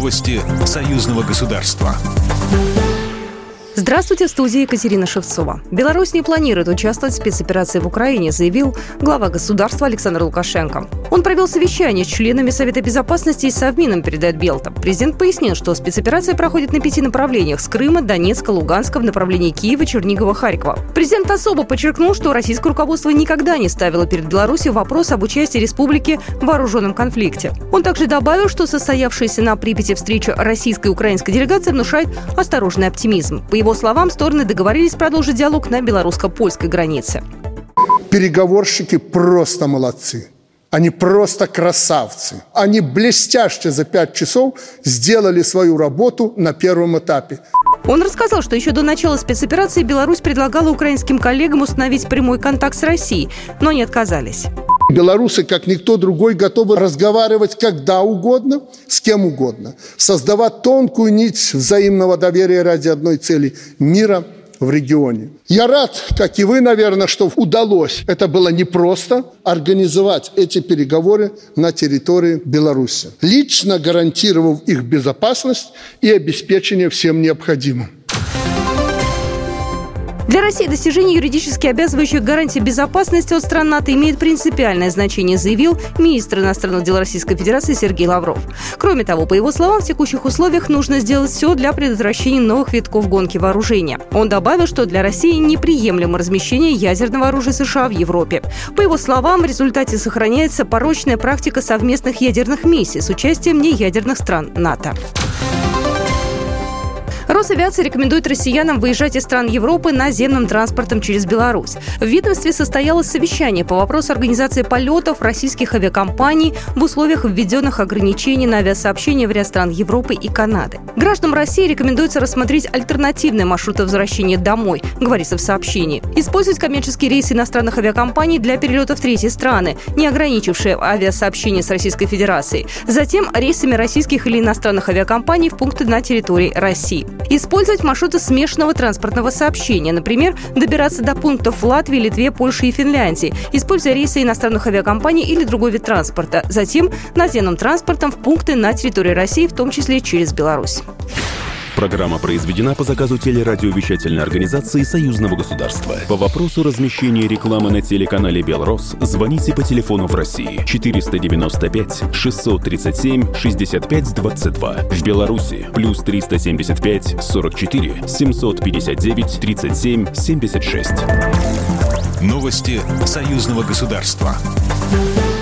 Новости союзного государства. Здравствуйте, в студии Екатерина Шевцова. Беларусь не планирует участвовать в спецоперации в Украине, заявил глава государства Александр Лукашенко. Он провел совещание с членами Совета безопасности и Совмином, передает Белта. Президент пояснил, что спецоперация проходит на 5 направлениях – с Крыма, Донецка, Луганска в направлении Киева, Чернигова, Харькова. Президент особо подчеркнул, что российское руководство никогда не ставило перед Беларусью вопрос об участии республики в вооруженном конфликте. Он также добавил, что состоявшаяся на Припяти встреча российской и украинской делегации внушает осторожный оптимизм. По его словам, стороны договорились продолжить диалог на белорусско-польской границе. Переговорщики просто молодцы. Они просто красавцы. Они блестяще за 5 часов сделали свою работу на первом этапе. Он рассказал, что еще до начала спецоперации Беларусь предлагала украинским коллегам установить прямой контакт с Россией, но они отказались. Белорусы, как никто другой, готовы разговаривать когда угодно, с кем угодно, создавать тонкую нить взаимного доверия ради одной цели – мира в регионе. Я рад, как и вы, наверное, что удалось, это было непросто, организовать эти переговоры на территории Беларуси, лично гарантировав их безопасность и обеспечение всем необходимым. Для России достижение юридически обязывающих гарантий безопасности от стран НАТО имеет принципиальное значение, заявил министр иностранных дел Российской Федерации Сергей Лавров. Кроме того, по его словам, в текущих условиях нужно сделать все для предотвращения новых витков гонки вооружения. Он добавил, что для России неприемлемо размещение ядерного оружия США в Европе. По его словам, в результате сохраняется порочная практика совместных ядерных миссий с участием неядерных стран НАТО. Росавиация рекомендует россиянам выезжать из стран Европы наземным транспортом через Беларусь. В ведомстве состоялось совещание по вопросу организации полетов российских авиакомпаний в условиях введенных ограничений на авиасообщение в ряд стран Европы и Канады. Гражданам России рекомендуется рассмотреть альтернативные маршруты возвращения домой, говорится в сообщении. Использовать коммерческие рейсы иностранных авиакомпаний для перелета в третьи страны, не ограничившие авиасообщение с Российской Федерацией. Затем рейсами российских или иностранных авиакомпаний в пункты на территории России. Использовать маршруты смешанного транспортного сообщения, например, добираться до пунктов в Латвии, Литве, Польше и Финляндии, используя рейсы иностранных авиакомпаний или другой вид транспорта. Затем наземным транспортом в пункты на территории России, в том числе через Беларусь. Программа произведена по заказу телерадиовещательной организации Союзного государства. По вопросу размещения рекламы на телеканале «Белрос» звоните по телефону в России 495 637 65 22. В Беларуси плюс 375 44 759 37 76. Новости союзного государства.